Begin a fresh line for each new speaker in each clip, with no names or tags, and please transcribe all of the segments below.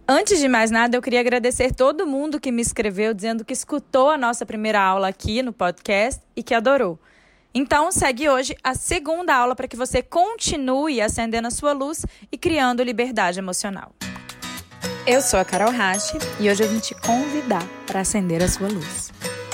Antes de mais nada, eu queria agradecer todo mundo que me escreveu dizendo que escutou a nossa primeira aula aqui no podcast e que adorou. Então, segue hoje a segunda aula para que você continue acendendo a sua luz e criando liberdade emocional. Eu sou a Carol Rache e hoje eu vim te convidar para acender a sua luz.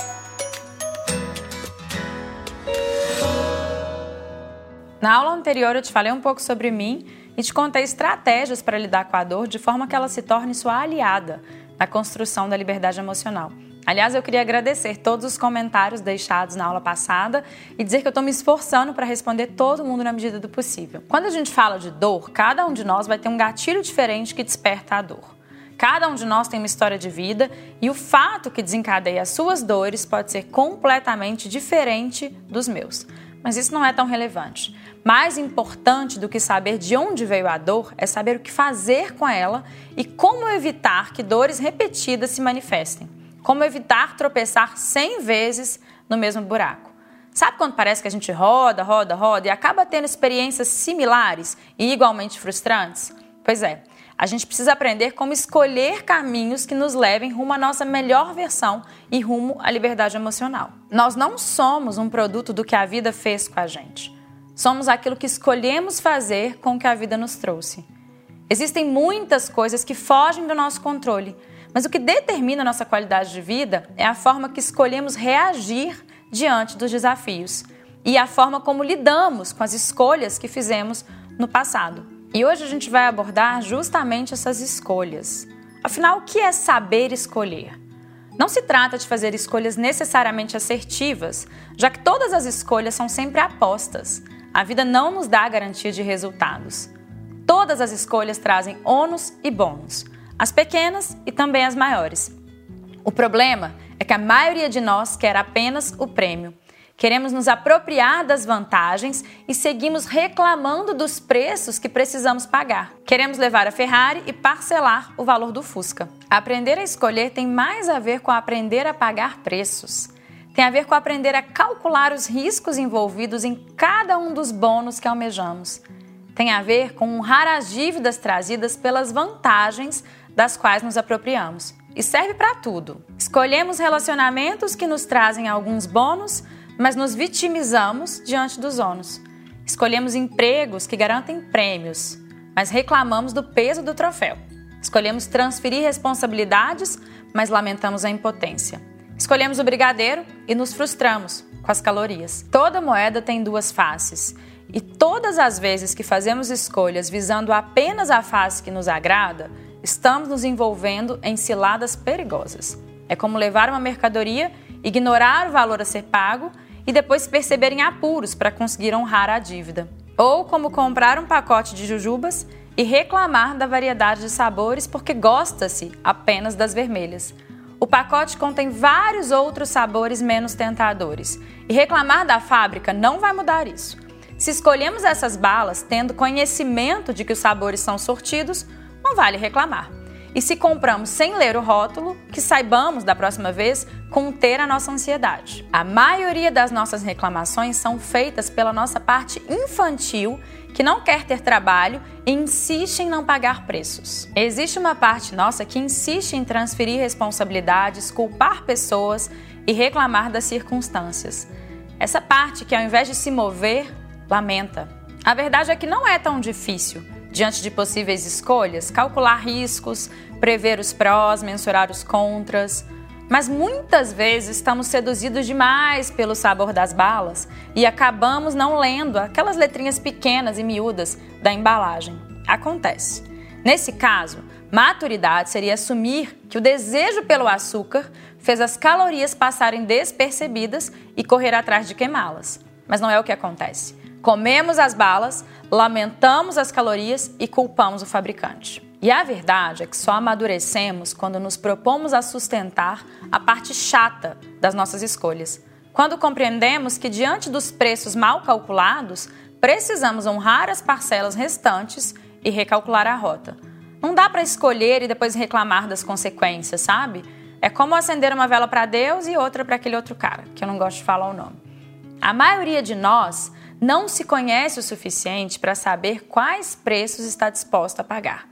Na aula anterior, eu te falei um pouco sobre mim e te contei estratégias para lidar com a dor de forma que ela se torne sua aliada na construção da liberdade emocional. Aliás, eu queria agradecer todos os comentários deixados na aula passada e dizer que eu estou me esforçando para responder todo mundo na medida do possível. Quando a gente fala de dor, cada um de nós vai ter um gatilho diferente que desperta a dor. Cada um de nós tem uma história de vida e o fato que desencadeia as suas dores pode ser completamente diferente dos meus. Mas isso não é tão relevante. Mais importante do que saber de onde veio a dor é saber o que fazer com ela e como evitar que dores repetidas se manifestem. Como evitar tropeçar 100 vezes no mesmo buraco. Sabe quando parece que a gente roda e acaba tendo experiências similares e igualmente frustrantes? Pois é, a gente precisa aprender como escolher caminhos que nos levem rumo à nossa melhor versão e rumo à liberdade emocional. Nós não somos um produto do que a vida fez com a gente. Somos aquilo que escolhemos fazer com o que a vida nos trouxe. Existem muitas coisas que fogem do nosso controle, mas o que determina a nossa qualidade de vida é a forma que escolhemos reagir diante dos desafios e a forma como lidamos com as escolhas que fizemos no passado. E hoje a gente vai abordar justamente essas escolhas. Afinal, o que é saber escolher? Não se trata de fazer escolhas necessariamente assertivas, já que todas as escolhas são sempre apostas. A vida não nos dá garantia de resultados. Todas as escolhas trazem ônus e bônus, as pequenas e também as maiores. O problema é que a maioria de nós quer apenas o prêmio. Queremos nos apropriar das vantagens e seguimos reclamando dos preços que precisamos pagar. Queremos levar a Ferrari e parcelar o valor do Fusca. Aprender a escolher tem mais a ver com aprender a pagar preços. Tem a ver com aprender a calcular os riscos envolvidos em cada um dos bônus que almejamos. Tem a ver com honrar as dívidas trazidas pelas vantagens das quais nos apropriamos. E serve para tudo. Escolhemos relacionamentos que nos trazem alguns bônus, mas nos vitimizamos diante dos ônus. Escolhemos empregos que garantem prêmios, mas reclamamos do peso do troféu. Escolhemos transferir responsabilidades, mas lamentamos a impotência. Escolhemos o brigadeiro e nos frustramos com as calorias. Toda moeda tem duas faces. E todas as vezes que fazemos escolhas visando apenas a face que nos agrada, estamos nos envolvendo em ciladas perigosas. É como levar uma mercadoria, ignorar o valor a ser pago e depois perceber em apuros para conseguir honrar a dívida. Ou como comprar um pacote de jujubas e reclamar da variedade de sabores porque gosta-se apenas das vermelhas. O pacote contém vários outros sabores menos tentadores e reclamar da fábrica não vai mudar isso. Se escolhemos essas balas tendo conhecimento de que os sabores são sortidos, não vale reclamar. E se compramos sem ler o rótulo, que saibamos da próxima vez conter a nossa ansiedade. A maioria das nossas reclamações são feitas pela nossa parte infantil, que não quer ter trabalho e insiste em não pagar preços. Existe uma parte nossa que insiste em transferir responsabilidades, culpar pessoas e reclamar das circunstâncias. Essa parte que, ao invés de se mover, lamenta. A verdade é que não é tão difícil, diante de possíveis escolhas, calcular riscos, prever os prós, mensurar os contras. Mas muitas vezes estamos seduzidos demais pelo sabor das balas e acabamos não lendo aquelas letrinhas pequenas e miúdas da embalagem. Acontece. Nesse caso, maturidade seria assumir que o desejo pelo açúcar fez as calorias passarem despercebidas e correr atrás de queimá-las. Mas não é o que acontece. Comemos as balas, lamentamos as calorias e culpamos o fabricante. E a verdade é que só amadurecemos quando nos propomos a sustentar a parte chata das nossas escolhas. Quando compreendemos que, diante dos preços mal calculados, precisamos honrar as parcelas restantes e recalcular a rota. Não dá para escolher e depois reclamar das consequências, sabe? É como acender uma vela para Deus e outra para aquele outro cara, que eu não gosto de falar o nome. A maioria de nós não se conhece o suficiente para saber quais preços está disposto a pagar.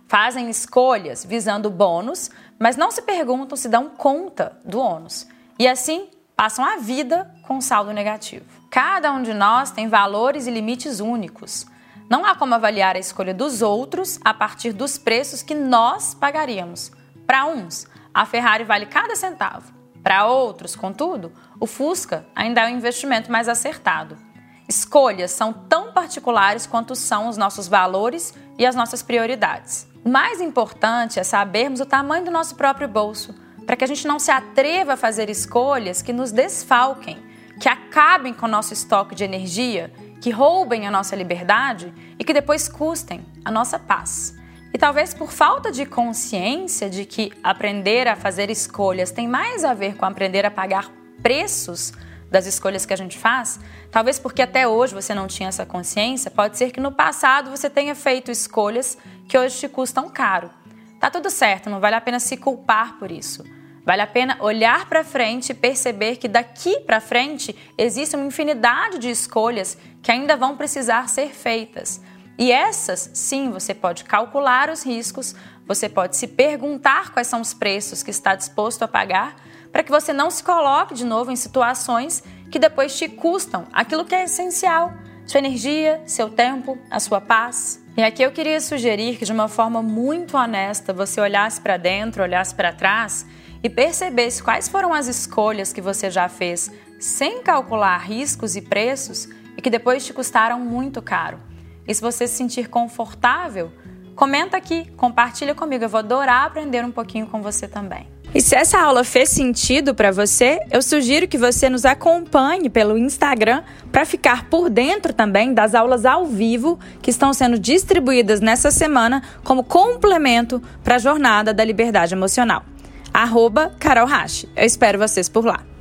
fazem escolhas visando bônus, mas não se perguntam se dão conta do ônus. E assim, passam a vida com saldo negativo. Cada um de nós tem valores e limites únicos. Não há como avaliar a escolha dos outros a partir dos preços que nós pagaríamos. Para uns, a Ferrari vale cada centavo. Para outros, contudo, o Fusca ainda é um investimento mais acertado. Escolhas são tão particulares quanto são os nossos valores e as nossas prioridades. O mais importante é sabermos o tamanho do nosso próprio bolso, para que a gente não se atreva a fazer escolhas que nos desfalquem, que acabem com o nosso estoque de energia, que roubem a nossa liberdade e que depois custem a nossa paz. E talvez por falta de consciência de que aprender a fazer escolhas tem mais a ver com aprender a pagar preços das escolhas que a gente faz, talvez porque até hoje você não tinha essa consciência, pode ser que no passado você tenha feito escolhas que hoje te custam caro. Tá tudo certo, não vale a pena se culpar por isso. Vale a pena olhar para frente e perceber que daqui para frente existe uma infinidade de escolhas que ainda vão precisar ser feitas. E essas, sim, você pode calcular os riscos, você pode se perguntar quais são os preços que está disposto a pagar, para que você não se coloque de novo em situações que depois te custam aquilo que é essencial, sua energia, seu tempo, a sua paz. E aqui eu queria sugerir que de uma forma muito honesta você olhasse para dentro, olhasse para trás e percebesse quais foram as escolhas que você já fez sem calcular riscos e preços e que depois te custaram muito caro. E se você se sentir confortável, comenta aqui, compartilha comigo, eu vou adorar aprender um pouquinho com você também. E se essa aula fez sentido para você, eu sugiro que você nos acompanhe pelo Instagram para ficar por dentro também das aulas ao vivo que estão sendo distribuídas nessa semana como complemento para a jornada da liberdade emocional. @Carol Rache. Eu espero vocês por lá.